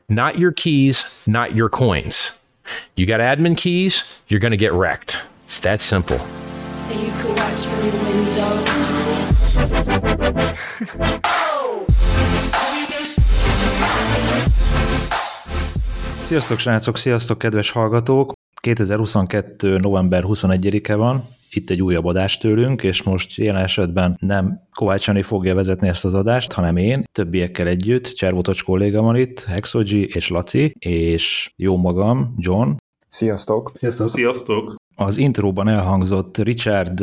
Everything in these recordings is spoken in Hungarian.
not your keys, not your coins. You got admin keys, you're going to get wrecked. It's that simple. And you can watch for me when you don't. Sziasztok srácok, sziasztok kedves hallgatók! 2022. november 21-e van, itt egy újabb adás tőlünk, és most jelen esetben nem Kovács Jani fogja vezetni ezt az adást, hanem én, többiekkel együtt, Cservotocs kolléga van itt, Hexogy és Laci, és jó magam, John. Sziasztok! Sziasztok! Sziasztok! Az intróban elhangzott Richard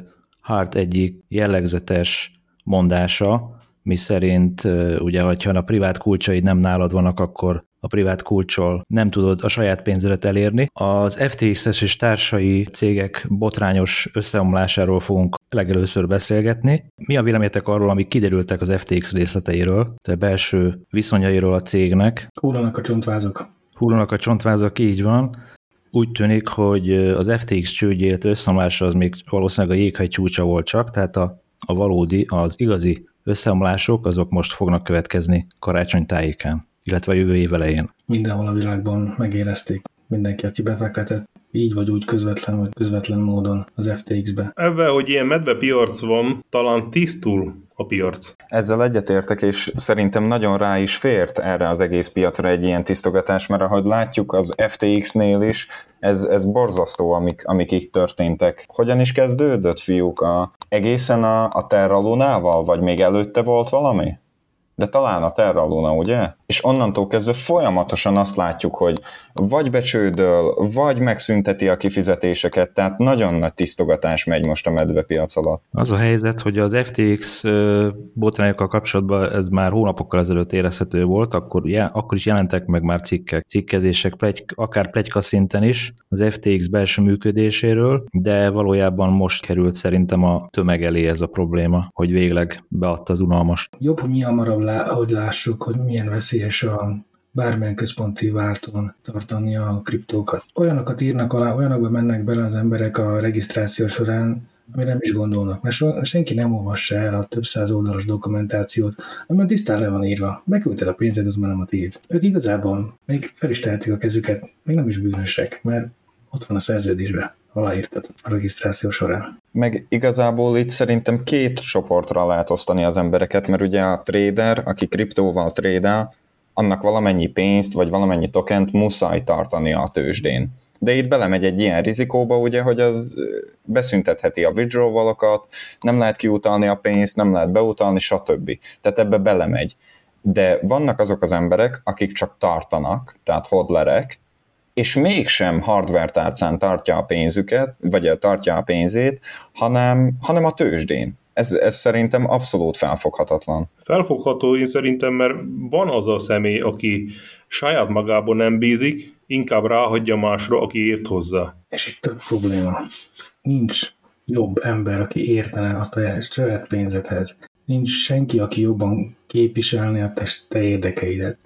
Hart egyik jellegzetes mondása, miszerint ugye, hogyha a privát kulcsaid nem nálad vannak, akkor a privát kulccsal nem tudod a saját pénzedet elérni. Az FTX-es és társai cégek botrányos összeomlásáról fogunk legelőször beszélgetni. Mi a véleményetek arról, amik kiderültek az FTX részleteiről, a belső viszonyairól a cégnek? Hullanak a csontvázak. Hullanak a csontvázak, így van. Úgy tűnik, hogy az FTX csődje, illetve összeomlása az még valószínűleg a jéghegy csúcsa volt csak, tehát a valódi, az igazi összeomlások azok most fognak következni karácsony tájékán, illetve a jövő év elején. Mindenhol a világban megérezték. Mindenki, aki befektetett így vagy úgy közvetlen vagy közvetlen módon az FTX-be. Ebben, hogy ilyen medvepiac van, talán tisztul a piac. Ezzel egyetértek, és szerintem nagyon rá is fért erre az egész piacra egy ilyen tisztogatás, mert ahogy látjuk az FTX-nél is, ez borzasztó, amik itt történtek. Hogyan is kezdődött, fiúk? Egészen a Terra Lunával, vagy még előtte volt valami? De talán a Terra Luna, ugye? És onnantól kezdve folyamatosan azt látjuk, hogy vagy becsődöl, vagy megszünteti a kifizetéseket, tehát nagyon nagy tisztogatás megy most a medvepiac alatt. Az a helyzet, hogy az FTX botrányokkal kapcsolatban ez már hónapokkal ezelőtt érezhető volt, akkor is jelentek meg már cikkezések, akár pletyka szinten is az FTX belső működéséről, de valójában most került szerintem a tömeg elé ez a probléma, hogy végleg beadta az unalmas. Jobb, hogy mi hamarabb, hogy lássuk, hogy milyen veszélyes a bármilyen központi váltón tartani a kriptókat. Olyanokat írnak alá, olyanokba mennek bele az emberek a regisztráció során, amire nem is gondolnak, mert senki nem olvassa el a több száz oldalas dokumentációt, amiben tisztán le van írva. Beküldted a pénzed, az már nem a tiéd. Ők igazából még fel is tehetik a kezüket, még nem is bűnösek, mert ott van a szerződésben, aláírtad a regisztráció során. Meg igazából itt szerintem két csoportra lehet osztani az embereket, mert ugye a trader, aki kriptóval trédel, annak valamennyi pénzt, vagy valamennyi tokent muszáj tartani a tőzsdén. De itt belemegy egy ilyen rizikóba, ugye, hogy az beszüntetheti a withdrawalokat, nem lehet kiutalni a pénzt, nem lehet beutalni, stb. Tehát ebbe belemegy. De vannak azok az emberek, akik csak tartanak, tehát hodlerek, és mégsem hardware tárcán tartja a pénzüket, vagy tartja a pénzét, hanem a tőzsdén. Ez szerintem abszolút felfoghatatlan. Felfogható én szerintem, mert van az a személy, aki saját magában nem bízik, inkább ráhagyja másra, aki ért hozzá. És itt több probléma. Nincs jobb ember, aki értene a saját pénzedhez. Nincs senki, aki jobban képviselni a te érdekeidet.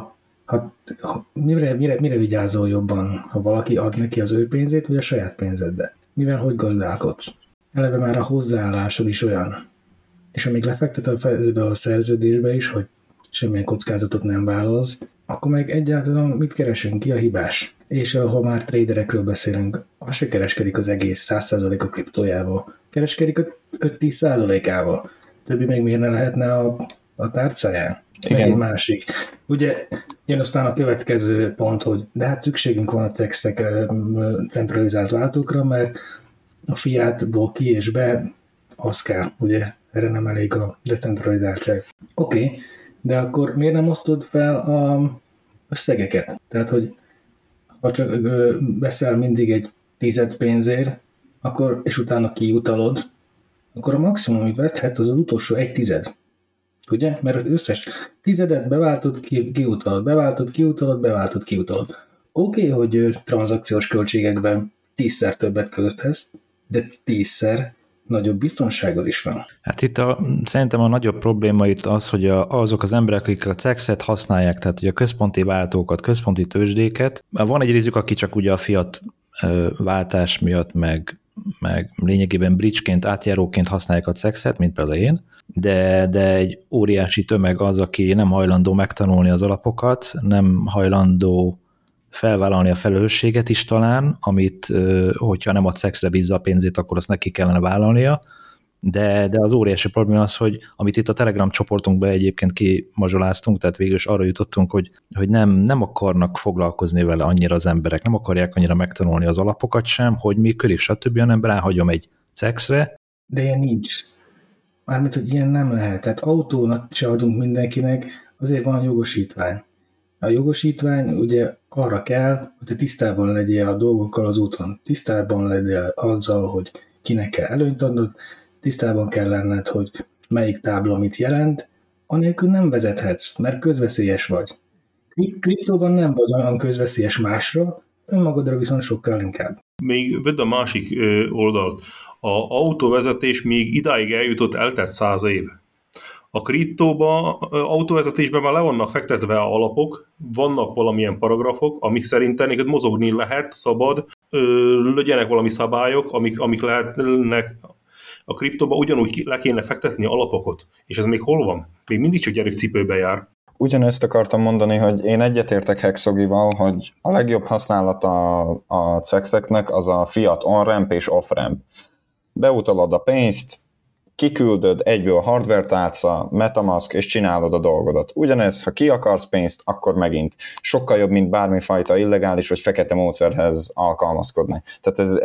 Mire vigyázol jobban, ha valaki ad neki az ő pénzét, vagy a saját pénzedbe? Mivel hogy gazdálkodsz? Eleve már a hozzáállásod is olyan. És amíg lefekteted a szerződésbe is, hogy semmilyen kockázatot nem vállalsz, akkor meg egyáltalán mit keresünk, ki a hibás? És ha már traderekről beszélünk, az se kereskedik az egész 100% a kriptójával. Kereskedik 5-10%-ával. Többi meg miért ne lehetne a tárcáján? Igen. Meg egy másik. Ugye jön aztán a következő pont, hogy de hát szükségünk van a textekre, centralizált váltókra, mert a fiatból ki és be az kell, ugye erre nem elég a decentralizáltság. Oké, de akkor miért nem osztod fel a összegeket? Tehát, hogy ha csak veszel mindig egy 10 pénzért, akkor, és utána kiutalod, akkor a maximum, amit vethetsz, az utolsó 1/10. Ugye? Mert az összes 10 beváltod, kiutalod, beváltod, kiutalod. Oké, hogy tranzakciós költségekben 10-szer többet költhetsz, de 10-szer nagyobb biztonságod is van. Hát itt szerintem a nagyobb probléma itt az, hogy azok az emberek, akik a CEX-et használják, tehát ugye a központi váltókat, központi tőzsdéket, van egy részük, aki csak ugye a fiat váltás miatt, meg meg lényegében bridgeként, átjáróként használják a CEX-et, mint például én, de egy óriási tömeg az, aki nem hajlandó megtanulni az alapokat, nem hajlandó felvállalni a felelősséget is talán, amit, hogyha nem a CEX-re bízza a pénzét, akkor azt neki kellene vállalnia, de az óriási probléma az, hogy amit itt a Telegram csoportunkban egyébként kimazsoláztunk, tehát végül is arra jutottunk, hogy nem akarnak foglalkozni vele annyira az emberek, nem akarják annyira megtanulni az alapokat sem, hogy működik, stb. Hanem ráhagyom egy CEX-re. De ilyen nincs. Mármint, hogy ilyen nem lehet. Tehát autónak se adunk mindenkinek, azért van a jogosítvány. A jogosítvány ugye arra kell, hogy te tisztában legyél a dolgokkal az úton. Tisztában legyél azzal, hogy kinek kell előnyt adnod, tisztában kell lenned, hogy melyik tábla mit jelent, anélkül nem vezethetsz, mert közveszélyes vagy. Kriptóban nem vagy olyan közveszélyes másra, önmagadra viszont sokkal inkább. Még vedd a másik oldalt. A autóvezetés még idáig eljutott, eltelt 100 év. A kriptóban, autóvezetésben már le vannak fektetve a alapok, vannak valamilyen paragrafok, amik szerint neked mozogni lehet, szabad, legyenek valami szabályok, amik lehetnek. A kriptóban ugyanúgy le kéne fektetni alapokat. És ez még hol van? Még mindig csak gyerekcipőbe jár. Ugyanezt akartam mondani, hogy én egyetértek Hexogival, hogy a legjobb használata a CEX-eknek az a fiat on-ramp és off-ramp. Beutalod a pénzt, kiküldöd, egyből hardware tálca, metamask, és csinálod a dolgodat. Ugyanez, ha ki akarsz pénzt, akkor megint sokkal jobb, mint bármifajta illegális vagy fekete módszerhez alkalmazkodni. Tehát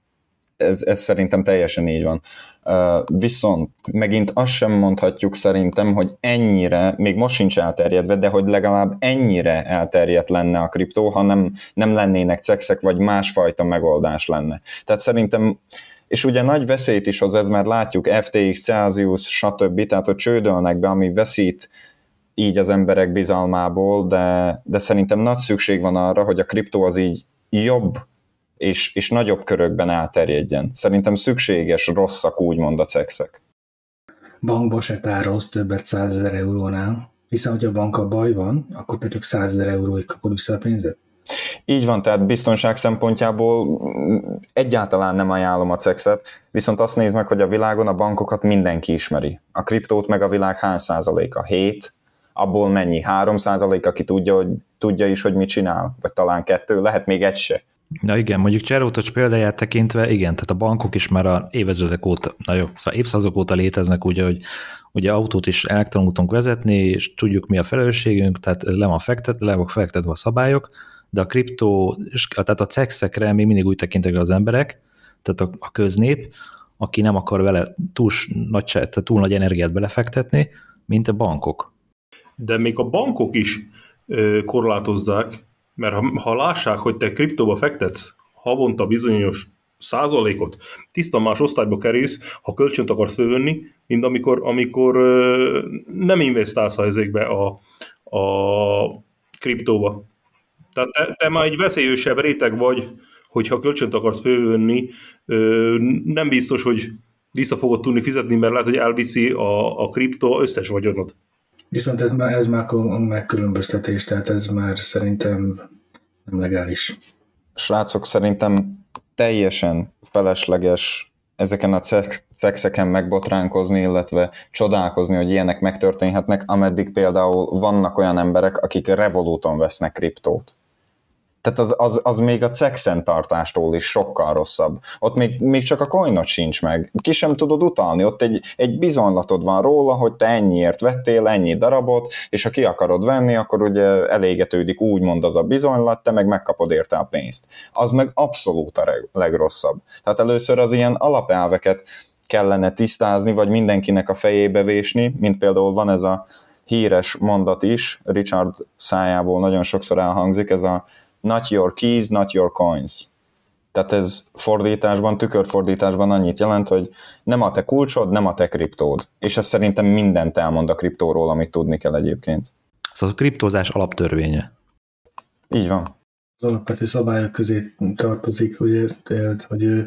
ez szerintem teljesen így van. Viszont megint azt sem mondhatjuk szerintem, hogy ennyire, még most sincs elterjedve, de hogy legalább ennyire elterjedt lenne a kriptó, ha nem lennének CEX-ek, vagy másfajta megoldás lenne. Tehát szerintem, és ugye nagy veszélyt is hoz ez, mert látjuk FTX, Celsius, stb., tehát hogy csődölnek be, ami veszít így az emberek bizalmából, de szerintem nagy szükség van arra, hogy a kriptó az így jobb és nagyobb körökben elterjedjen. Szerintem szükséges, rosszak úgymond a CEX-ek. Bankba se tárolsz többet 100 000 eurónál, hiszen hogyha a banka baj van, akkor te csak 100 000 euróig kapod vissza a pénzet. Így van, tehát biztonság szempontjából egyáltalán nem ajánlom a CEX-et, viszont azt nézd meg, hogy a világon a bankokat mindenki ismeri. A kriptót meg a világ hány százaléka? 7? Abból mennyi? 3%, aki tudja is, hogy mit csinál? Vagy talán 2? Lehet még egy se. Na igen, mondjuk Cserótocs példáját tekintve, igen, tehát a bankok is már a évezredek óta, szóval évszázadok óta léteznek, hogy ugye autót is elektronul tudunk vezetni, és tudjuk mi a felelősségünk, tehát le van fektetve a szabályok, de a kriptó, tehát a CEX-ekre még mindig úgy tekintek az emberek, tehát a köznép, aki nem akar vele túl nagy energiát belefektetni, mint a bankok. De még a bankok is korlátozzák, mert ha lássák, hogy te kriptóba fektetsz havonta bizonyos százalékot, tisztán más osztályba kerülsz, ha kölcsönt akarsz fölvenni, mint amikor nem investálsz ezekbe a kriptóba. Tehát te már egy veszélyesebb réteg vagy, hogyha kölcsönt akarsz fölvenni, nem biztos, hogy vissza fogod tudni fizetni, mert lehet, hogy elviszi a kriptó összes vagyonod. Viszont ez már megkülönböztetés, tehát ez már szerintem nem legális. Srácok, szerintem teljesen felesleges ezeken a CEX-eken megbotránkozni, illetve csodálkozni, hogy ilyenek megtörténhetnek, ameddig például vannak olyan emberek, akik Revoluton vesznek kriptót. Tehát az még a CEX-en tartástól is sokkal rosszabb. Ott még csak a coinot sincs meg. Ki sem tudod utalni. Ott egy bizonylatod van róla, hogy te ennyiért vettél, ennyi darabot, és ha ki akarod venni, akkor ugye elégetődik úgymond az a bizonylat, te meg megkapod érte a pénzt. Az meg abszolút a legrosszabb. Tehát először az ilyen alapelveket kellene tisztázni, vagy mindenkinek a fejébe vésni, mint például van ez a híres mondat is, Richard szájából nagyon sokszor elhangzik, ez a not your keys, not your coins. Tehát ez fordításban, tükörfordításban annyit jelent, hogy nem a te kulcsod, nem a te kriptód. És ez szerintem mindent elmond a kriptóról, amit tudni kell egyébként. Ez a kriptózás alaptörvénye. Így van. Az alapvető szabályok közé tartozik, hogy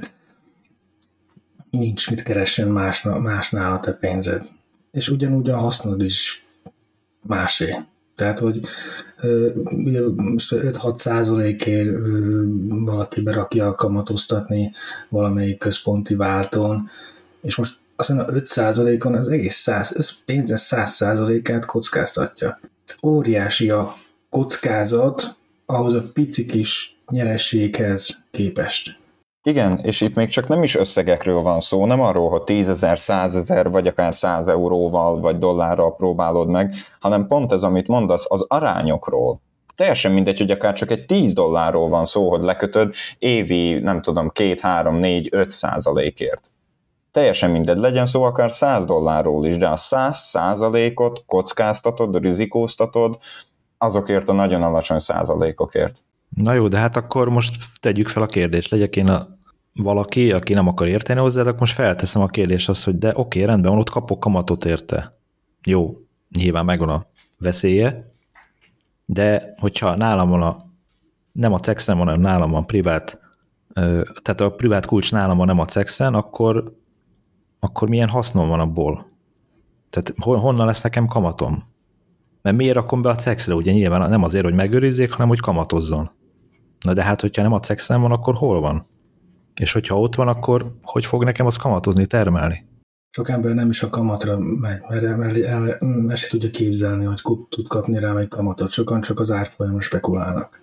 nincs mit keressen másnál a te pénzed. És ugyanúgy a hasznod is másé. Tehát, hogy ugye most 5-6%-ért valaki berakja kamatoztatni valamelyik központi váltón, és most azt mondja, 5%-on az egész pénzes 100%-át kockáztatja. Óriási a kockázat ahhoz a pici kis nyerességhez képest. Igen, és itt még csak nem is összegekről van szó, nem arról, hogy 10 000, 100 000, vagy akár 100 euróval, vagy dollárral próbálod meg, hanem pont ez, amit mondasz, az arányokról. Teljesen mindegy, hogy akár csak egy 10 dollárról van szó, hogy lekötöd évi, nem tudom, 2, 3, 4, 5%-ért. Teljesen mindegy, legyen szó akár 100 dollárról is, de a 100%-ot kockáztatod, rizikóztatod azokért a nagyon alacsony százalékokért. Na jó, de hát akkor most tegyük fel a kérdést. Legyek én valaki, aki nem akar érteni hozzá, de akkor most felteszem a kérdést azt, hogy de oké, rendben van, ott kapok kamatot érte. Jó, nyilván megvan a veszélye, de hogyha nálam van nem a CEX-en van, hanem nálam van privát, tehát a privát kulcs nálam van, nem a CEX-en, akkor milyen hasznom van abból? Tehát honnan lesz nekem kamatom? Mert miért rakom be a CEX-re? Ugye nyilván nem azért, hogy megőrizzék, hanem hogy kamatozzon. Na de hát, hogyha nem a CEX-en van, akkor hol van? És hogyha ott van, akkor hogy fog nekem az kamatozni, termelni? Sok ember nem is a kamatra megy, mert el se tudja képzelni, hogy tud kapni rá egy kamatot. Sokan csak az árfolyamra spekulálnak.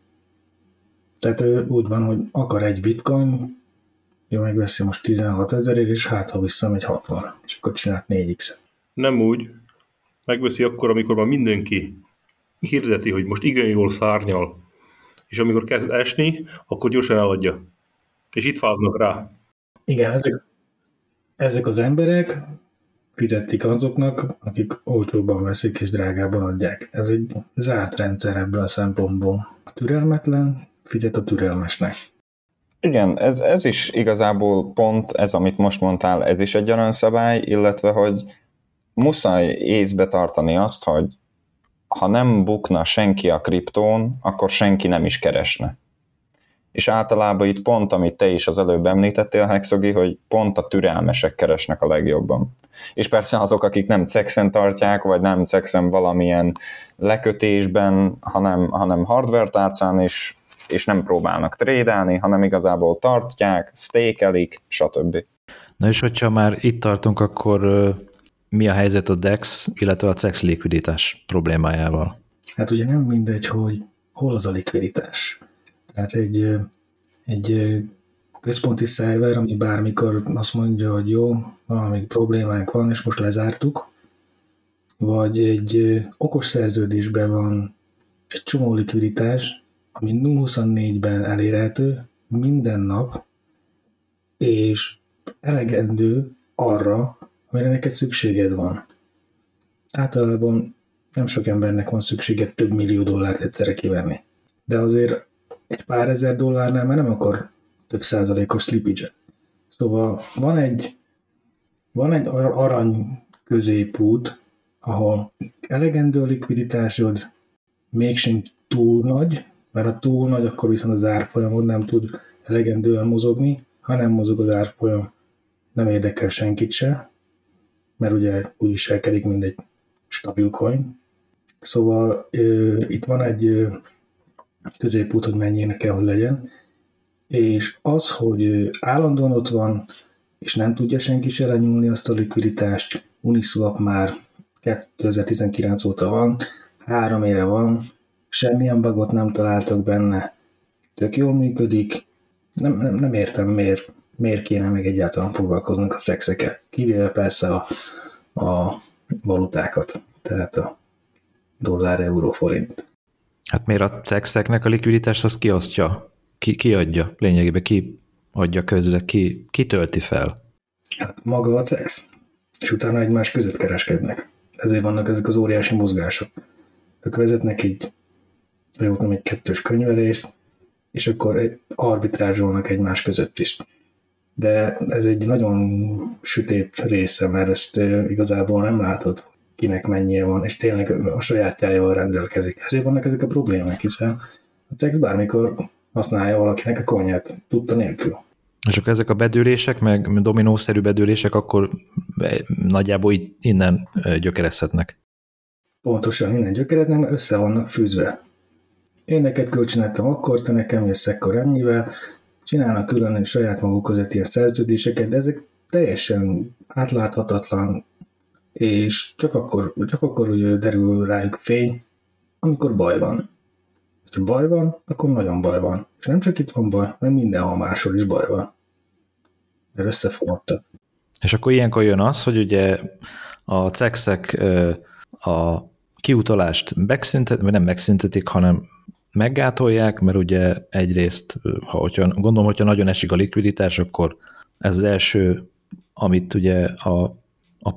Tehát úgy van, hogy akar egy bitcoin, jó, megveszi most 16 000-ért, és hát ha visszamegy 60, és akkor csinált 4x-et. Nem úgy. Megveszi akkor, amikor már mindenki hirdeti, hogy most igen jól szárnyal, és amikor kezd esni, akkor gyorsan eladja. És itt fáznak rá. Igen, ezek az emberek fizették azoknak, akik olcsóbban veszik és drágában adják. Ez egy zárt rendszer ebből a szempontból. A türelmetlen fizet a türelmesnek. Igen, ez is igazából pont ez, amit most mondtál, ez is egy aranyszabály, illetve, hogy muszáj észbe tartani azt, hogy ha nem bukna senki a kriptón, akkor senki nem is keresne. És általában itt pont, amit te is az előbb említettél, Hexogi, hogy pont a türelmesek keresnek a legjobban. És persze azok, akik nem CEX-en tartják, vagy nem CEX-en valamilyen lekötésben, hanem hardware tárcán is, és nem próbálnak trédelni, hanem igazából tartják, stakelik, stb. Na és hogyha már itt tartunk, akkor mi a helyzet a DEX, illetve a CEX likviditás problémájával? Hát ugye nem mindegy, hogy hol az a likviditás. Tehát egy központi szerver, ami bármikor azt mondja, hogy jó, valami problémánk van, és most lezártuk, vagy egy okos szerződésben van egy csomó likviditás, ami 0-24-ben elérhető minden nap, és elegendő arra, amire neked szükséged van. Általában nem sok embernek van szüksége több millió dollárt egyszerre kivenni. De azért egy pár ezer dollárnál már nem akar több százalékos slippage-et. Szóval van egy arany középút, ahol elegendő a likviditásod, mégsem túl nagy, mert ha túl nagy, akkor viszont az árfolyamod nem tud elegendően mozogni, ha nem mozog az árfolyam, nem érdekel senkit se, mert ugye úgy viselkedik, mint egy stabil coin. Szóval itt van egy középút, hogy mennyinek kell, hogy legyen, és az, hogy állandóan ott van, és nem tudja senki se lenyúlni azt a likviditást, Uniswap már 2019 óta van, 3 éve van, semmilyen bugot nem találtak benne, tök jól működik, nem értem, miért kéne meg egyáltalán foglalkoznunk a CEX-ekkel, kivéve persze a valutákat, tehát a dollár, euró, forint. Hát miért a CEX-eknek a likviditást azt kiosztja? Ki adja? Lényegében ki adja közre? Ki tölti fel? Hát maga a CEX. És utána egymás között kereskednek. Ezért vannak ezek az óriási mozgások. Ők vezetnek egy kettős könyvelést, és akkor arbitrázsolnak egymás között is. De ez egy nagyon sötét része, mert ezt igazából nem látod, kinek mennyie van, és tényleg a sajátjájával rendelkezik. Ezért vannak ezek a problémák, hiszen a CEX bármikor használja valakinek a coinját tudta nélkül. És akkor ezek a bedőlések, meg dominószerű bedőlések akkor nagyjából innen gyökerezhetnek. pontosan innen gyökerednek, mert össze vannak fűzve. Én neked kölcsönadtam akkor, te nekem jössz ekkor ennyivel, csinálnak külön saját maguk között ilyen szerződéseket, de ezek teljesen átláthatatlan, és csak akkor hogy derül rájuk fény, amikor baj van. Ha baj van, akkor nagyon baj van. És nem csak itt van baj, hanem mindenhol máshol is baj van. Mert összefonottak. És akkor ilyenkor jön az, hogy ugye a cegszek a kiutalást vagy nem megszüntetik, hanem meggátolják, mert ugye egyrészt, gondolom, hogyha nagyon esik a likviditás, akkor ez az első, amit ugye a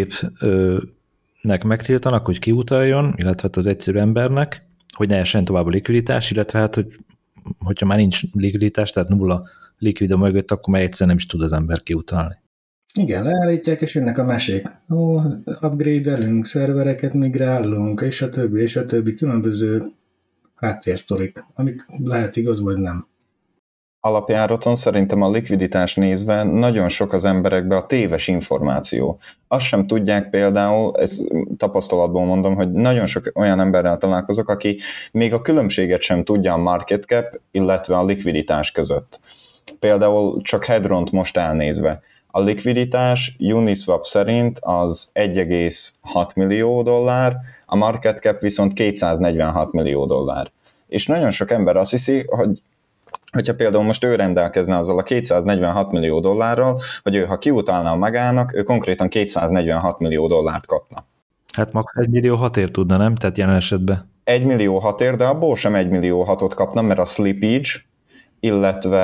pórnépnek megtiltanak, hogy kiutaljon, illetve az egyszerű embernek, hogy ne essen tovább a likviditás, illetve hát, hogyha már nincs likviditás, tehát nulla likvida mögött, akkor már egyszerűen nem is tud az ember kiutalni. Igen, leállítják, és jönnek a mesék. Upgrade-elünk, szervereket migrálunk, és a többi, különböző háttérsztorik, amik lehet igaz, vagy nem. Alapjáraton szerintem a likviditás nézve nagyon sok az emberekbe a téves információ. Azt sem tudják például, ezt tapasztalatból mondom, hogy nagyon sok olyan emberrel találkozok, aki még a különbséget sem tudja a market cap, illetve a likviditás között. Például csak Hedront most elnézve. A likviditás Uniswap szerint az 1,6 millió dollár, a market cap viszont 246 millió dollár. És nagyon sok ember azt hiszi, hogyha például most ő rendelkezne azzal a 246 millió dollárral, hogy ő, ha kiutalna magának, ő konkrétan 246 millió dollárt kapna. Hát max. 1 millió 6 tudna, nem? Tehát jelen esetben. 1 millió 6, de abból sem 1 millió 6 kapna, mert a slippage, illetve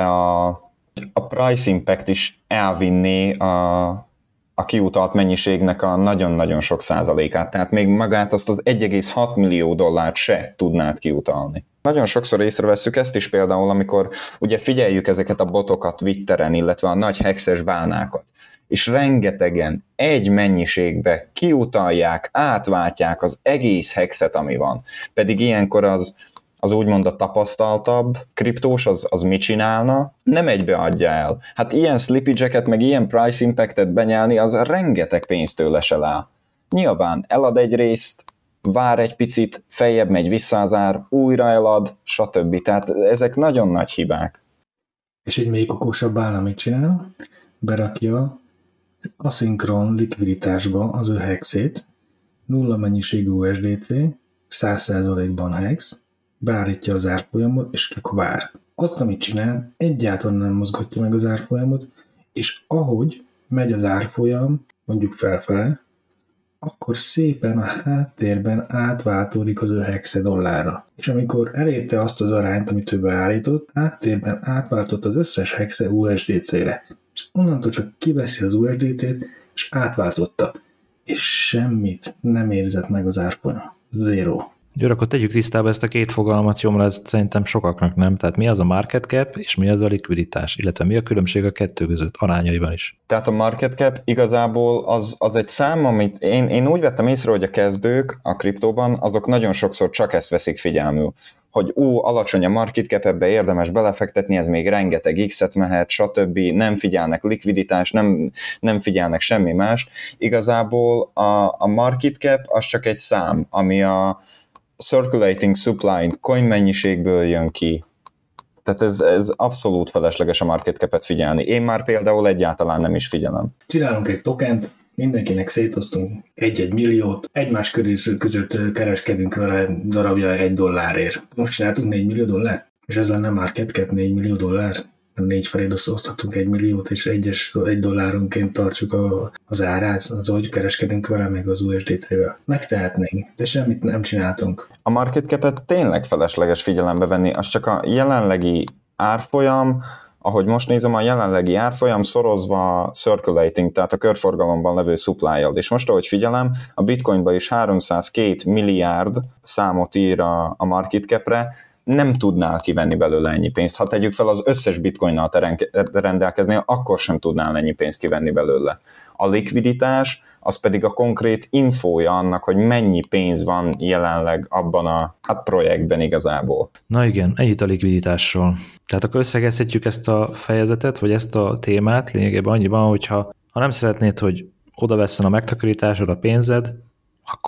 a price impact is elvinné a kiutalt mennyiségnek a nagyon-nagyon sok százalékát, tehát még magát azt az 1,6 millió dollárt se tudnád kiutalni. Nagyon sokszor észrevesszük ezt is például, amikor ugye figyeljük ezeket a botokat Twitteren, illetve a nagy hexes bálnákat, és rengetegen egy mennyiségbe kiutalják, átváltják az egész hexet, ami van. Pedig ilyenkor az úgymond a tapasztaltabb kriptós, az mit csinálna? Nem egybeadja el. Hát ilyen slippage-eket, meg ilyen price impact-et benyelni, az rengeteg pénztől lesel el. Nyilván elad egy részt, vár egy picit, feljebb megy vissza az ár, újra elad, stb. Tehát ezek nagyon nagy hibák. És egy még okosabb állam mit csinál? Berakja aszinkron likviditásba az ő hexét, nulla mennyiségű USDT, 100%-ban hex, beállítja az árfolyamot, és csak vár. Azt, amit csinál, egyáltalán nem mozgatja meg az árfolyamot, és ahogy megy az árfolyam, mondjuk felfele, akkor szépen a háttérben átváltódik az ő hexe dollárra. És amikor elérte azt az arányt, amit ő beállított, háttérben átváltott az összes hexe USDC-re. És onnantól csak kiveszi az USDC-t, és átváltotta. És semmit nem érzett meg az árfolyam. Zero. Győr, akkor tegyük tisztába ezt a két fogalmat, jó, mert ez szerintem sokaknak nem. Tehát mi az a market cap, és mi az a likviditás, illetve mi a különbség a kettő között, arányaiban is. Tehát a market cap igazából az egy szám, amit én úgy vettem észre, hogy a kezdők a kriptóban, azok nagyon sokszor csak ezt veszik figyelmül, hogy alacsony a market cap, ebbe érdemes belefektetni, ez még rengeteg X-et mehet, stb. Nem figyelnek likviditás, nem figyelnek semmi mást. Igazából a market cap az csak egy szám, ami a circulating supply coin mennyiségből jön ki. Tehát ez abszolút felesleges a market cap-et figyelni. Én már például egyáltalán nem is figyelem. Csinálunk egy tokent, mindenkinek szétosztunk 1-1 milliót, egymás között kereskedünk vele darabja $1. Most csináltunk 4 millió dollár, és ez lenne market cap 4 millió dollár. 4 felé osztottunk 1 milliót, és $1 tartsuk az árát, az hogy kereskedünk vele, meg az USDT-vel. Megtehetnénk, de semmit nem csináltunk. A market cap-et tényleg felesleges figyelembe venni, az csak a jelenlegi árfolyam, ahogy most nézem, a jelenlegi árfolyam szorozva circulating, tehát a körforgalomban levő supply-jal. És most, ahogy figyelem, a bitcoinban is 302 milliárd számot ír a market cap-re, nem tudnál kivenni belőle ennyi pénzt. Ha tegyük fel az összes bitcoinnal rendelkeznél, akkor sem tudnál ennyi pénzt kivenni belőle. A likviditás, az pedig a konkrét infója annak, hogy mennyi pénz van jelenleg abban a projektben igazából. Na igen, ennyit a likviditásról. Tehát akkor összegezhetjük ezt a fejezetet, vagy ezt a témát lényegében annyiban, hogyha nem szeretnéd, hogy oda vesszen a megtakarításod, a pénzed, akkor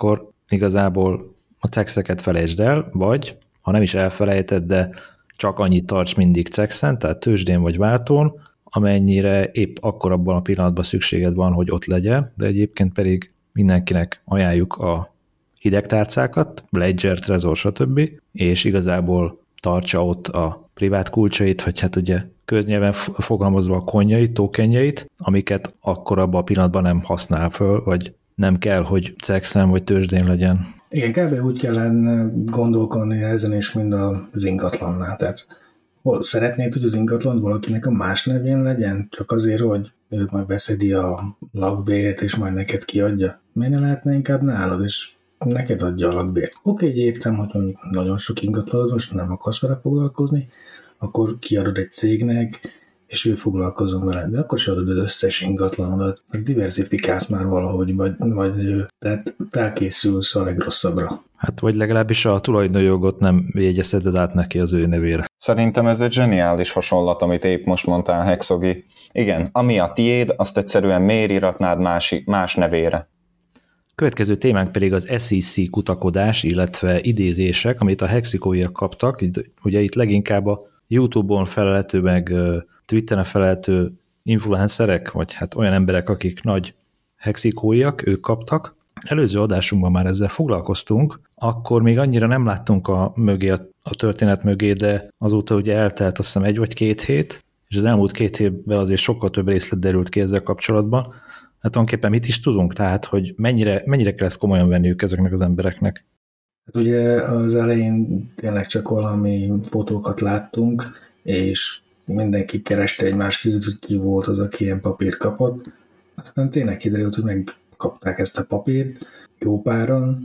igazából a cexeket felejtsd el, vagy ha nem is elfelejted, de csak annyit tarts mindig cexen, tehát tőzsdén vagy váltón, amennyire épp akkor abban a pillanatban szükséged van, hogy ott legyen, de egyébként pedig mindenkinek ajánljuk a hidegtárcákat, Ledger, Trezor, stb. És igazából tartsa ott a privát kulcsait, vagy hát ugye köznyelven fogalmazva a konjait, tokenjeit, amiket akkor abban a pillanatban nem használ föl, vagy nem kell, hogy cexen vagy tőzsdén legyen. Igen, kb. Úgy kellene gondolkodni ezen is, mint az ingatlannál. Tehát szeretnéd, hogy az ingatlan valakinek a más nevén legyen? Csak azért, hogy ő majd beszedi a lakbért, és majd neked kiadja? Miért ne lehetne inkább nálad, és neked adja a lakbért? Oké, értem, hogy mondjuk nagyon sok ingatlanod, most nem akarsz vele foglalkozni, akkor kiadod egy cégnek, és ő foglalkozom vele, de akkor se adod az összes ingatlanodat. Diversifikálsz már valahogy, vagy tehát felkészülsz a legrosszabbra. Hát vagy legalábbis a tulajdonjogot nem jegyezheted át neki az ő nevére. Szerintem ez egy zseniális hasonlat, amit épp most mondtál, Hexogi. Igen, ami a tiéd, azt egyszerűen miért íratnád más nevére. Következő témánk pedig az SEC kutakodás, illetve idézések, amit a hexikóiak kaptak. Ugye itt leginkább a YouTube-on felelhető, meg Twitteren felelhető influencerek, vagy hát olyan emberek, akik nagy hexikóiak, ők kaptak. Előző adásunkban már ezzel foglalkoztunk, akkor még annyira nem láttunk a történet mögé, de azóta ugye eltelt azt hiszem 1 vagy 2 hét, és az elmúlt 2 évben azért sokkal több részlet derült ki ezzel kapcsolatban. Hát tulajdonképpen mit is tudunk, tehát, hogy mennyire kell ezt komolyan venniük ezeknek az embereknek? Hát ugye az elején tényleg csak valami fotókat láttunk, és mindenki kereste egymás között, hogy ki volt az, aki ilyen papírt kapott. Aztán tényleg kiderült, hogy megkapták ezt a papírt jó páran,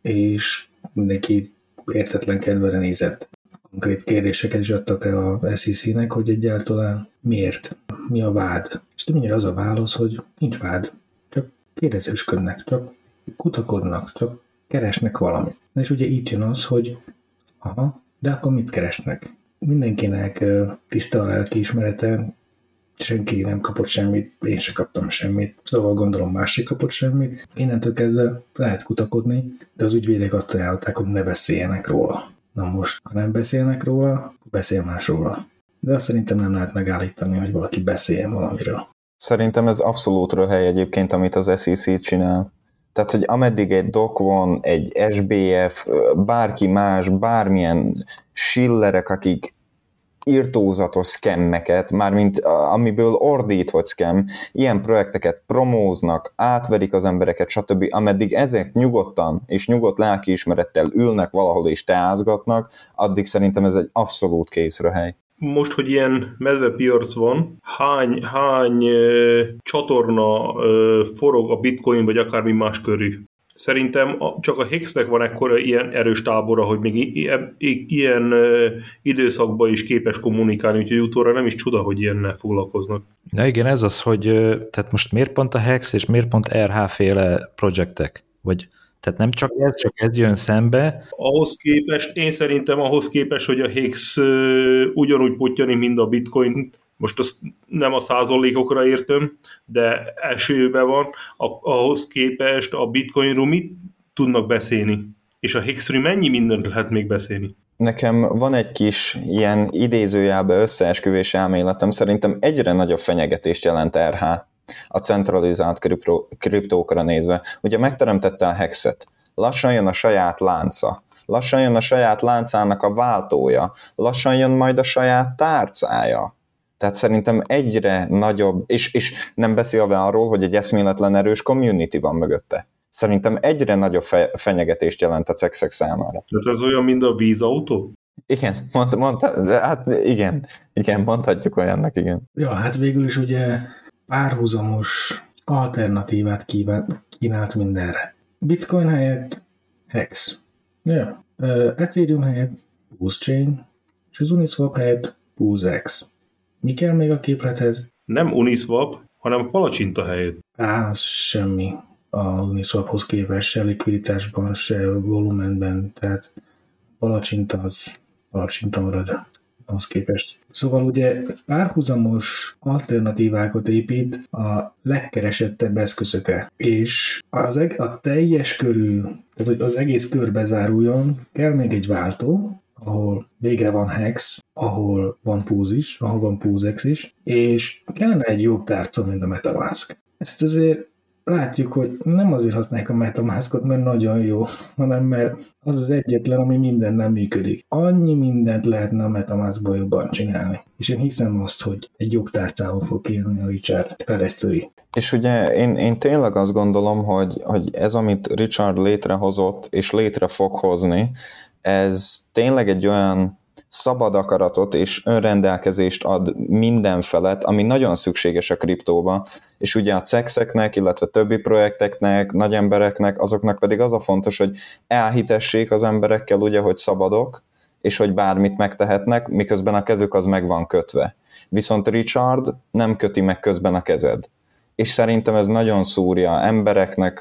és mindenki értetlenkedve nézett. Konkrét kérdéseket is adtak a SEC-nek, hogy egyáltalán miért, mi a vád. És többnyire az a válasz, hogy nincs vád, csak kérdezősködnek, csak kutakodnak, csak keresnek valamit. Na és ugye itt jön az, hogy de akkor mit keresnek? Mindenkinek tiszta a lelkiismerete, senki nem kapott semmit, én sem kaptam semmit, szóval gondolom másik kapott semmit. Innentől kezdve lehet kutakodni, de az ügyvédek azt ajánlották, hogy ne beszéljenek róla. Na most, ha nem beszélnek róla, akkor beszél másról. De azt szerintem nem lehet megállítani, hogy valaki beszéljen valamiről. Szerintem ez abszolút röhely egyébként, amit az SEC csinál. Tehát, hogy ameddig egy DOC van, egy SBF, bárki más, bármilyen schillerek, akik irtózatos szkemmeket, mármint amiből ordít, hogy szkemm, ilyen projekteket promóznak, átverik az embereket, stb. Ameddig ezek nyugodtan és nyugodt lelkiismerettel ülnek valahol és teázgatnak, addig szerintem ez egy abszolút készröhely. Most, hogy ilyen medvepiac van, hány csatorna forog a bitcoin, vagy akármi más körül? Szerintem csak a Hexnek van ekkora ilyen erős tábora, hogy még ilyen időszakban is képes kommunikálni, úgyhogy utóra nem is csoda, hogy ilyennel foglalkoznak. Ja igen, ez az, hogy tehát most miért pont a Hex és miért pont RH-féle projektek? Vagy tehát nem csak ez jön szembe. Én szerintem ahhoz képest, hogy a Hex ugyanúgy pottyani, mint a bitcoin, most azt nem a százalékokra értem, de elsőben van, ahhoz képest a bitcoinról mit tudnak beszélni? És a Hexről mennyi mindent lehet még beszélni? Nekem van egy kis ilyen idézőjelbe összeesküvés elméletem, szerintem egyre nagyobb fenyegetést jelent RH a centralizált kriptókra nézve. Ugye megteremtette a Hexet, lassan jön a saját lánca, lassan jön a saját láncának a váltója, lassan jön majd a saját tárcája. Tehát szerintem egyre nagyobb, és nem beszélve arról, hogy egy eszméletlen erős community van mögötte. Szerintem egyre nagyobb fenyegetést jelent a cexek számára. Tehát ez olyan, mint a vízautó? Igen, igen, mondhatjuk olyannak, igen. Ja, hát végül is ugye párhuzamos alternatívát kínált mindenre. Bitcoin helyett Hex. Ja. Ethereum helyett Boost Chain, és az Uniswap helyett BoostX. Mi kell még a képlethez? Nem Uniswap, hanem Palacsinta helyett. Az semmi a Uniswaphoz képest, se likviditásban, se volumenben, tehát Palacsinta az Palacsinta marad. az képest. Szóval ugye párhuzamos alternatívákat épít a legkeresettebb eszközökre, és a teljes körű, tehát hogy az egész kör bezáruljon, kell még egy váltó, ahol végre van Hex, ahol van Pooz is, ahol van PooZex is, és kellene egy jobb tárca, mint a MetaMask. Ezt azért látjuk, hogy nem azért használják a MetaMaskot, mert nagyon jó, hanem mert az az egyetlen, ami minden nem működik. Annyi mindent lehetne a MetaMaskból jobban csinálni. És én hiszem azt, hogy egy jobb tárcával fog kijönni a Richard fejlesztői. És ugye én tényleg azt gondolom, hogy ez, amit Richard létrehozott, és létre fog hozni, ez tényleg egy olyan szabad akaratot és önrendelkezést ad minden felett, ami nagyon szükséges a kriptóba, és ugye a CEX-eknek, illetve többi projekteknek, nagy embereknek, azoknak pedig az a fontos, hogy elhitessék az emberekkel ugye, hogy szabadok, és hogy bármit megtehetnek, miközben a kezük az meg van kötve. Viszont Richard nem köti meg közben a kezed. És szerintem ez nagyon szúrja embereknek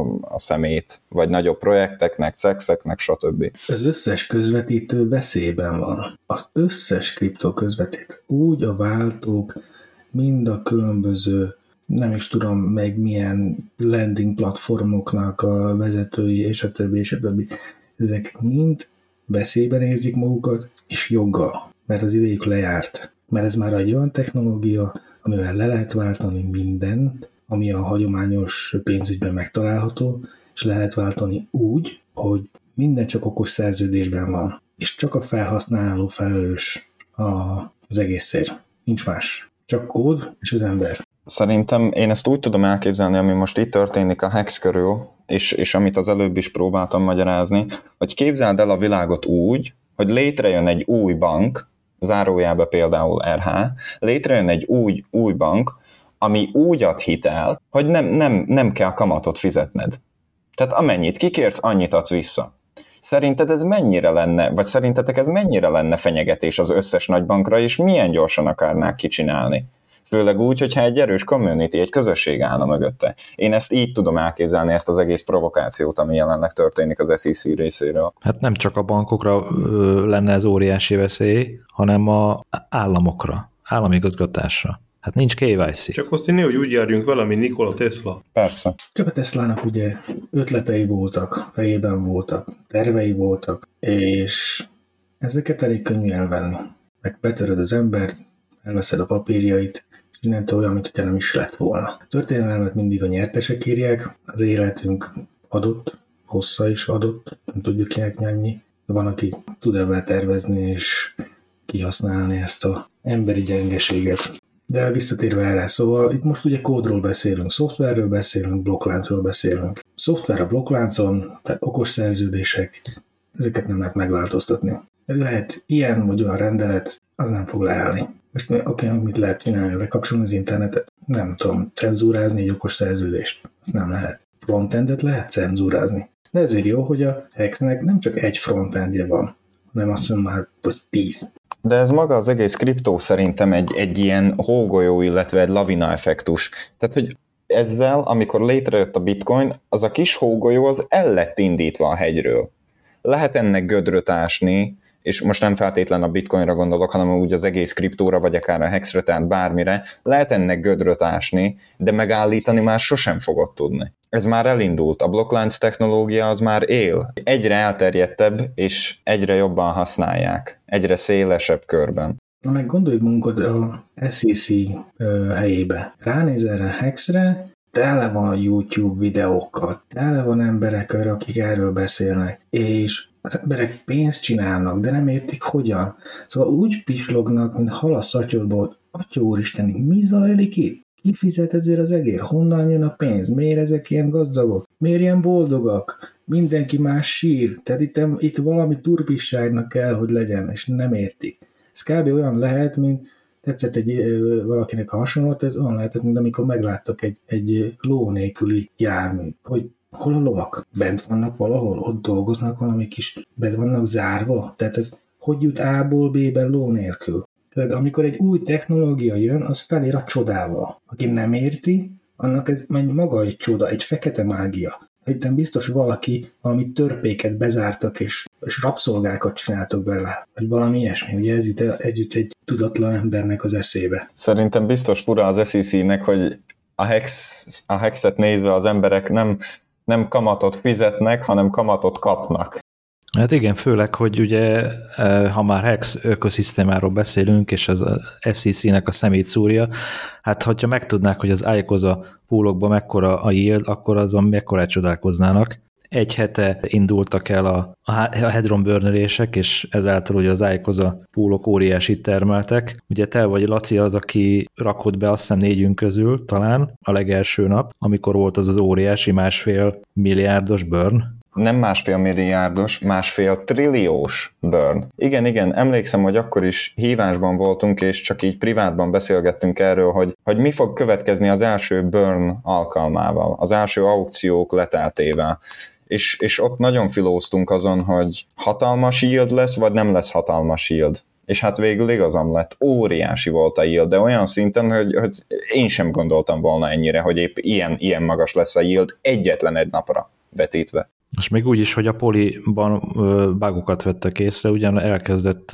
a szemét, vagy nagyobb projekteknek, CEX-eknek, stb. Az összes közvetítő veszélyben van. Az összes kriptó közvetít. Úgy a váltók, mind a különböző, nem is tudom meg milyen landing platformoknak a vezetői, és a többi, és a többi. Ezek mind veszélyben érzik magukat, és joggal, mert az idejük lejárt. Mert ez már egy olyan technológia, amivel le lehet váltani mindent, ami a hagyományos pénzügyben megtalálható, és lehet váltani úgy, hogy minden csak okos szerződésben van, és csak a felhasználó felelős az egészért. Nincs más. Csak kód és az ember. Szerintem én ezt úgy tudom elképzelni, ami most itt történik a Hex körül, és amit az előbb is próbáltam magyarázni, hogy képzeld el a világot úgy, hogy létrejön egy új bank, zárójelbe például RH, létrejön egy új bank, ami úgy ad hitelt, hogy nem kell kamatot fizetned. Tehát amennyit kikérsz, annyit adsz vissza. Szerinted ez mennyire lenne, vagy szerintetek ez mennyire lenne fenyegetés az összes nagy bankra, és milyen gyorsan akarnák kicsinálni? Főleg úgy, hogyha egy erős community, egy közösség állna mögötte. Én ezt így tudom elképzelni, ezt az egész provokációt, ami jelenleg történik az SEC részéről. Hát nem csak a bankokra lenne ez óriási veszély, hanem a államokra, államigazgatásra. Hát nincs KYC. Csak azt hinné, hogy úgy járjunk vele, mint Nikola Tesla. Persze. Csak a Teslának ugye ötletei voltak, fejében voltak, tervei voltak, és ezeket elég könnyű elvenni. Meg betöröd az embert, elveszed a papírjait, és innentől olyan, mint hogy nem is lett volna. A történelmet mindig a nyertesek írják, az életünk adott, hossza is adott, nem tudjuk kinek mennyi, de van, aki tud ebben tervezni és kihasználni ezt az emberi gyengeséget. De visszatérve erre, szóval itt most ugye kódról beszélünk, szoftverről beszélünk, blokkláncról beszélünk. Szoftver a blokkláncon, tehát okos szerződések, ezeket nem lehet megváltoztatni. Lehet ilyen vagy olyan rendelet, az nem fog leállni. Most mit lehet csinálni? Bekapcsolni az internetet? Nem tudom, cenzúrázni egy okos szerződést. Azt nem lehet. Frontendet lehet cenzúrázni. De ezért jó, hogy a Hexnek nem csak egy frontendje van, hanem azt mondom már, hogy 10. De ez maga az egész kriptó szerintem egy ilyen hógolyó, illetve egy lavina effektus. Tehát, hogy ezzel, amikor létrejött a bitcoin, az a kis hógolyó az el lett indítva a hegyről. Lehet ennek gödröt ásni, és most nem feltétlen a bitcoinra gondolok, hanem úgy az egész kriptóra, vagy akár a hexre, tehát bármire, lehet ennek gödröt ásni, de megállítani már sosem fogod tudni. Ez már elindult, a blokklánc technológia az már él. Egyre elterjedtebb, és egyre jobban használják, egyre szélesebb körben. Na meg gondolj munkod a SEC helyébe. Ránézel erre a hexre, tele van YouTube videókkal, tele van emberekkel, akik erről beszélnek, és az emberek pénzt csinálnak, de nem értik hogyan. Szóval úgy pislognak, mint hal a szatyodból, Atya úristen, mi zajlik itt? Ki fizet ezért az egér? Honnan jön a pénz? Miért ezek ilyen gazdagok? Miért ilyen boldogak? Mindenki más sír. Tehát itt valami turpisságnak kell, hogy legyen, és nem értik. Ez kb. Olyan lehet, mint tetszett valakinek a hasonlat, ez olyan lehetett, mint amikor megláttak egy ló nélküli jármű, hogy hol a lovak? Bent vannak valahol? Ott dolgoznak valami kis, bent vannak zárva? Tehát ez hogy jut A-ból B-be ló nélkül? Tehát amikor egy új technológia jön, az felér a csodával. Aki nem érti, annak ez maga egy csoda, egy fekete mágia. Egyben biztos valami törpéket bezártak, és és rabszolgákat csináltok bele, vagy valami ilyesmi, ugye ez jut együtt egy tudatlan embernek az eszébe. Szerintem biztos fura az SEC-nek, hogy a Hexet nézve az emberek nem kamatot fizetnek, hanem kamatot kapnak. Hát igen, főleg, hogy ugye, ha már Hex ökoszisztémáról beszélünk, és az SEC-nek a szemét szúrja, hát hogyha megtudnák, hogy az iCOSA poolokban mekkora a yield, akkor azon mekkorát csodálkoznának. Egy hete indultak el a Hedron burnelések, és ezáltal ugye az iCOSA poolok óriásit termeltek. Ugye te vagy Laci az, aki rakott be azt hiszem 4 közül talán a legelső nap, amikor volt az óriási 1,5 milliárdos burn. Nem 1,5 milliárdos, 1,5 trilliós burn. Igen, emlékszem, hogy akkor is hívásban voltunk, és csak így privátban beszélgettünk erről, hogy mi fog következni az első burn alkalmával, az első aukciók leteltével. És ott nagyon filóztunk azon, hogy hatalmas yield lesz, vagy nem lesz hatalmas yield. És hát végül igazam lett, óriási volt a yield, de olyan szinten, hogy én sem gondoltam volna ennyire, hogy épp ilyen magas lesz a yield egyetlen egy napra vetítve. És még úgy is, hogy a Polyban bugokat vettek észre, ugyan elkezdett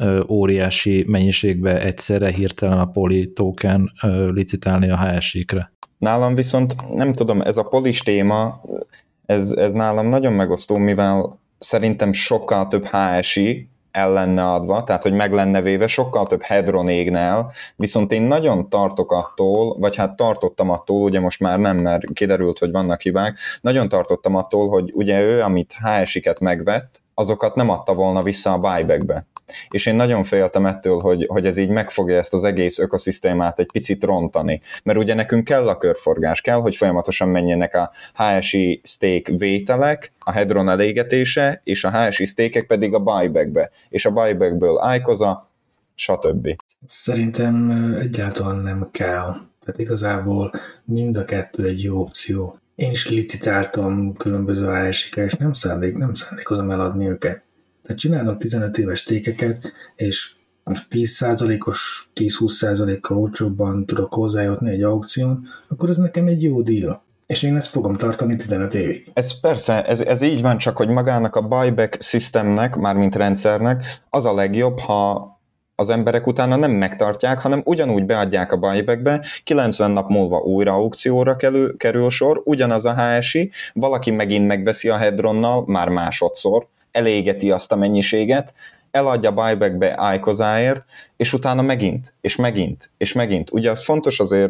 óriási mennyiségbe egyszerre hirtelen a Poly token licitálni a HSI-kre. Nálam viszont, nem tudom, ez a Polys téma, ez nálam nagyon megosztó, mivel szerintem sokkal több HSI el lenne adva, tehát hogy meg lenne véve, sokkal több Hedron égne el, viszont én nagyon tartok attól, vagy hát tartottam attól, ugye most már nem, mert kiderült, hogy vannak hibák, nagyon tartottam attól, hogy ugye ő, amit HSI-ket megvett, azokat nem adta volna vissza a buybackbe. És én nagyon féltem ettől, hogy ez így meg fogja ezt az egész ökoszisztémát egy picit rontani. Mert ugye nekünk kell a körforgás, kell, hogy folyamatosan menjenek a HSI stake vételek, a Hedron elégetése, és a HSI stake-ek pedig a buybackbe. És a buybackből iCOSA, stb. Szerintem egyáltalán nem kell. Tehát igazából mind a kettő egy jó opció. Én is licitáltam különböző HSI-kel, és nem szándékozom eladni őket. Tehát csinálnak 15 éves tékeket, és most 10%-os, 10-20%-kal olcsóbban tudok hozzájutni egy aukción, akkor ez nekem egy jó deal. És én ezt fogom tartani 15 évig. Ez persze, ez így van, csak hogy magának a buyback systemnek, mármint rendszernek, az a legjobb, ha az emberek utána nem megtartják, hanem ugyanúgy beadják a buybackbe, 90 nap múlva újra aukcióra kerül sor, ugyanaz a HSI, valaki megint megveszi a Hedronnal, már másodszor, elégeti azt a mennyiséget, eladja buybackbe iCOSA-ért, és utána megint, és megint, és megint. Ugye az fontos azért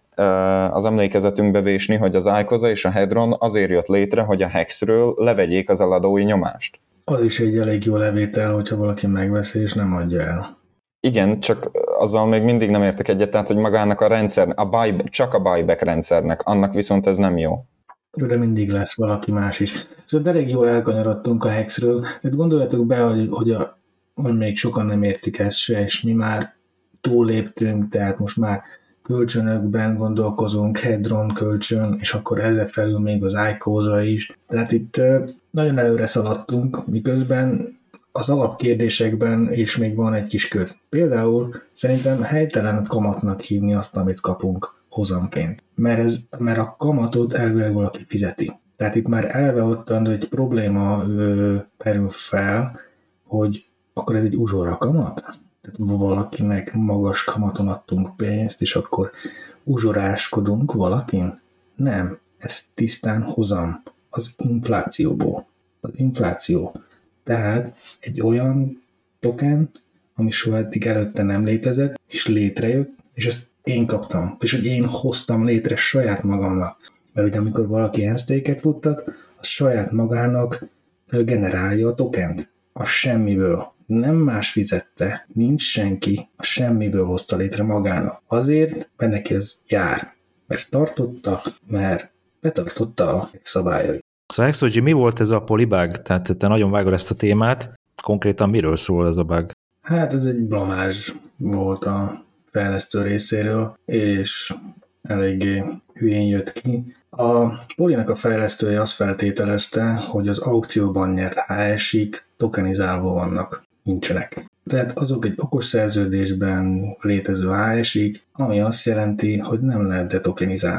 az emlékezetünkbe vésni, hogy az iCOSA és a Hedron azért jött létre, hogy a Hexről levegyék az eladói nyomást. Az is egy elég jó levétel, hogyha valaki megveszi és nem adja el. Igen, csak azzal még mindig nem értek egyet, tehát hogy magának a rendszer, csak a buyback rendszernek, annak viszont ez nem jó. Jó, de mindig lesz valaki más is. Szóval elég jól elkanyarodtunk a Hexről, tehát gondoljatok be, hogy még sokan nem értik ezt se, és mi már túlléptünk, tehát most már kölcsönökben gondolkozunk, Hedron kölcsön, és akkor ezzel felül még az iCOSA is. Tehát itt nagyon előre szaladtunk, miközben az alapkérdésekben is még van egy kis köt. Például szerintem helytelen kamatnak hívni azt, amit kapunk hozamként. Mert a kamatot elvileg valaki fizeti. Tehát itt már eleve ottan egy probléma merül fel, hogy akkor ez egy uzsora kamat? Tehát valakinek magas kamaton adtunk pénzt, és akkor uzsoráskodunk valakin? Nem, ez tisztán hozam az inflációból. Az infláció. Tehát egy olyan token, ami soha eddig előtte nem létezett, és létrejött, és ezt én kaptam, és hogy én hoztam létre saját magamnak. Mert ugye amikor valaki ilyen stake-et futtat, az saját magának generálja a tokent. A semmiből. Nem más fizette, nincs senki, a semmiből hozta létre magának. Azért, mert neki ez jár. Mert tartotta, mert betartotta a szabályait. Szóval XOG, mi volt ez a polybug? Tehát te nagyon vágod ezt a témát. Konkrétan miről szól ez a bug? Hát ez egy blamázs volt a fejlesztő részéről, és eléggé hülyén jött ki. A Polynak a fejlesztője azt feltételezte, hogy az aukcióban nyert HSI-k tokenizálva vannak, nincsenek. Tehát azok egy okos szerződésben létező HSI-k, ami azt jelenti, hogy nem lehet detokenizálni.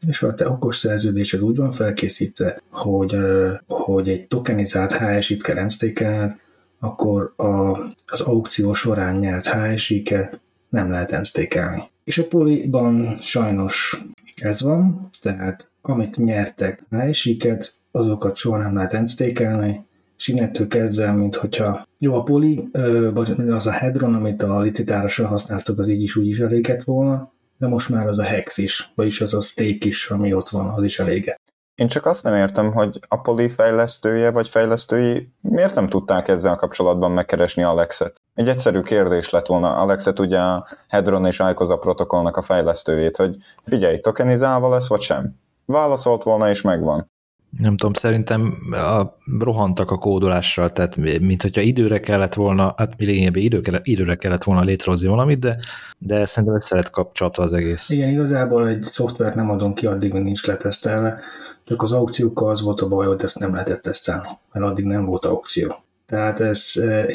és ha a te okos szerződésed úgy van felkészítve, hogy egy tokenizált HSI-t kell endstake-elned, akkor az aukció során nyert HSI-ket nem lehet endstake-elni. És a Polyban sajnos ez van, tehát amit nyertek HSI-ket, azokat soha nem lehet endstake-elni, és innentől kezdve, mint hogyha jó, a Poly, az a Hedron, amit a licitárosra használtak, az így is úgy is elégett volna, de most már az a Hex is, vagyis az a stake is, ami ott van, az is elége. Én csak azt nem értem, hogy a Poly fejlesztője vagy fejlesztői miért nem tudták ezzel kapcsolatban megkeresni Alexet? Egy egyszerű kérdés lett volna Alexet, ugye a Hedron és Icosa protokollnak a fejlesztőjét, hogy figyelj, tokenizálva lesz, vagy sem? Válaszolt volna, és megvan. Nem tudom, szerintem rohantak a kódolással, tehát mint hogyha időre kellett volna, hát lényegében időre kellett volna létrehozni valamit, de szerintem össze lett kapcsolta az egész. Igen, igazából egy szoftvert nem adunk ki, addig nincs letesztelve, csak az aukciókkal az volt a baj, hogy ezt nem lehetett tesztelni, mert addig nem volt aukció. Tehát ez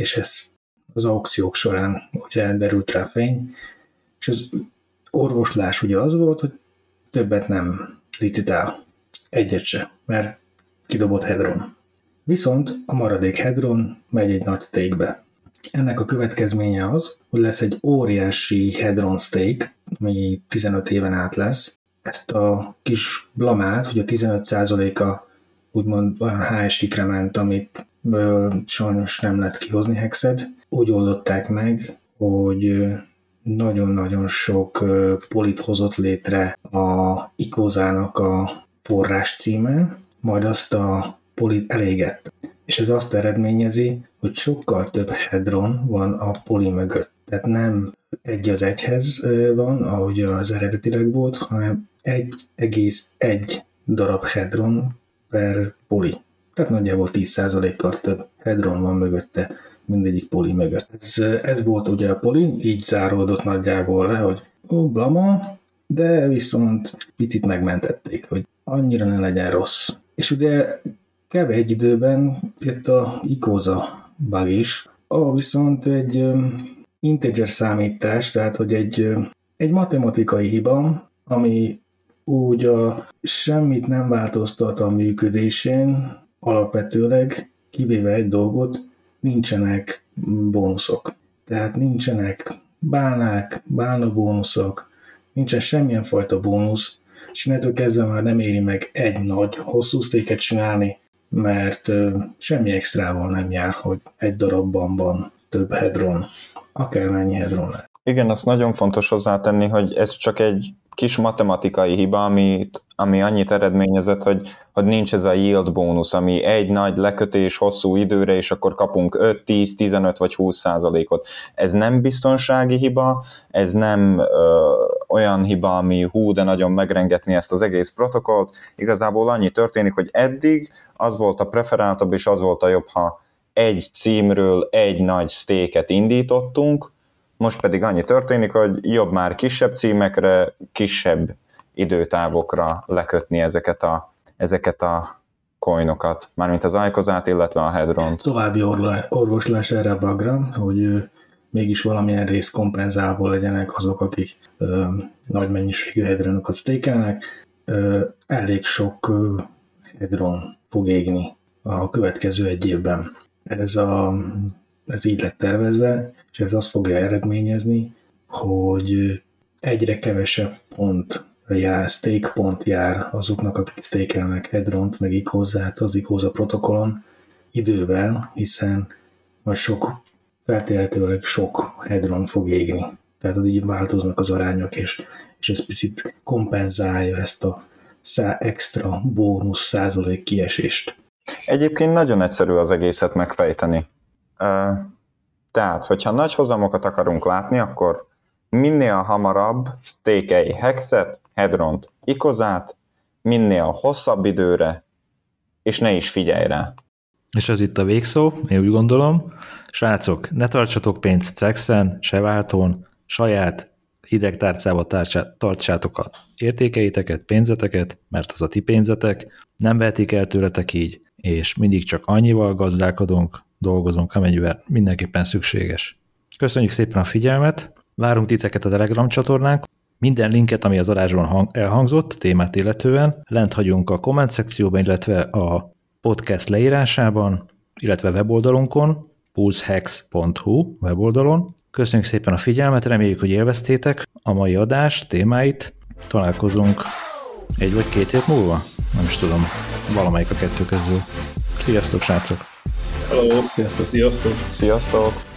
az aukciók során ugye derült rá fény, és az orvoslás ugye az volt, hogy többet nem licitál. Egyet se, mert kidobott Hedron. Viszont a maradék Hedron megy egy nagy stake-be. Ennek a következménye az, hogy lesz egy óriási Hedron stake, ami 15 éven át lesz. Ezt a kis blamát, hogy a 15%-a úgymond olyan HSI-kre ment, amiből sajnos nem lett kihozni hexed, úgy oldották meg, hogy nagyon-nagyon sok polit hozott létre a Icosának a forrás címe, majd azt a polit elégett. És ez azt eredményezi, hogy sokkal több Hedron van a poli mögött. Tehát nem 1:1 van, ahogy az eredetileg volt, hanem 1,1 darab Hedron per poli. Tehát nagyjából 10%-kal több Hedron van mögötte, mindegyik poli mögött. Ez volt ugye a poli, így záródott nagyjából le, hogy blama, de viszont picit megmentették, hogy annyira ne legyen rossz. És ugye kb. Egy időben jött a Icosa bug is, viszont egy integer számítás, tehát hogy egy matematikai hiba, ami úgy semmit nem változtat a működésén, alapvetőleg, kivéve egy dolgot, nincsenek bónuszok. Tehát nincsenek bálna bónuszok, nincsen semmilyen fajta bónusz, és innentől kezdve már nem éri meg egy nagy, hosszú stake-et csinálni, mert semmi extrával nem jár, hogy egy darabban van több Hedron, akármennyi Hedron lehet. Igen, azt nagyon fontos hozzátenni, hogy ez csak egy kis matematikai hiba, ami annyit eredményezett, hogy nincs ez a yield bónusz, ami egy nagy lekötés hosszú időre, és akkor kapunk 5, 10, 15 vagy 20%-ot. Ez nem biztonsági hiba, ez nem olyan hiba, ami de nagyon megrengetni ezt az egész protokollt. Igazából annyi történik, hogy eddig az volt a preferáltabb, és az volt a jobb, ha egy címről egy nagy stake-et indítottunk, most pedig annyi történik, hogy jobb már kisebb címekre, kisebb időtávokra lekötni ezeket a coinokat, mármint az Icosát, illetve a Hedront. További orvoslás erre a bugra, hogy mégis valamilyen rész kompenzálva legyenek azok, akik nagy mennyiségű Hedronokat stakelnek. Elég sok Hedron fog égni a következő egy évben. Ez így lett tervezve, és ez azt fogja eredményezni, hogy egyre kevesebb stake pont jár azoknak, akik stakelnek Hedront, meg Icosát az Icosa protokollon idővel, hiszen majd feltételezőleg sok Hedron fog égni. Tehát így változnak az arányok, és ez picit kompenzálja ezt a extra bónusz százalék kiesést. Egyébként nagyon egyszerű az egészet megfejteni. Tehát, hogyha nagy hozamokat akarunk látni, akkor minél hamarabb stakelj Hexet, Hedront, Icosát, minél hosszabb időre, és ne is figyelj rá. És ez itt a végszó, én úgy gondolom. Srácok, ne tartsatok pénzt Cexen, se váltón, saját hideg tárcába tartsátok a értékeiteket, pénzeteket, mert az a ti pénzetek, nem vehetik el tőletek így, és mindig csak annyival gazdálkodunk, dolgozunk, amennyivel mindenképpen szükséges. Köszönjük szépen a figyelmet, várunk titeket a Telegram csatornánk, Minden linket, ami az adásban elhangzott, témát illetően, lent hagyunk a komment szekcióban, illetve a podcast leírásában, illetve weboldalunkon, pulsehex.hu weboldalon. Köszönjük szépen a figyelmet, reméljük, hogy élveztétek a mai adást, témáit. Találkozunk 1 vagy 2 hét múlva? Nem is tudom, valamelyik a kettő közül. Sziasztok, srácok! Hello, sziasztok! Sziasztok!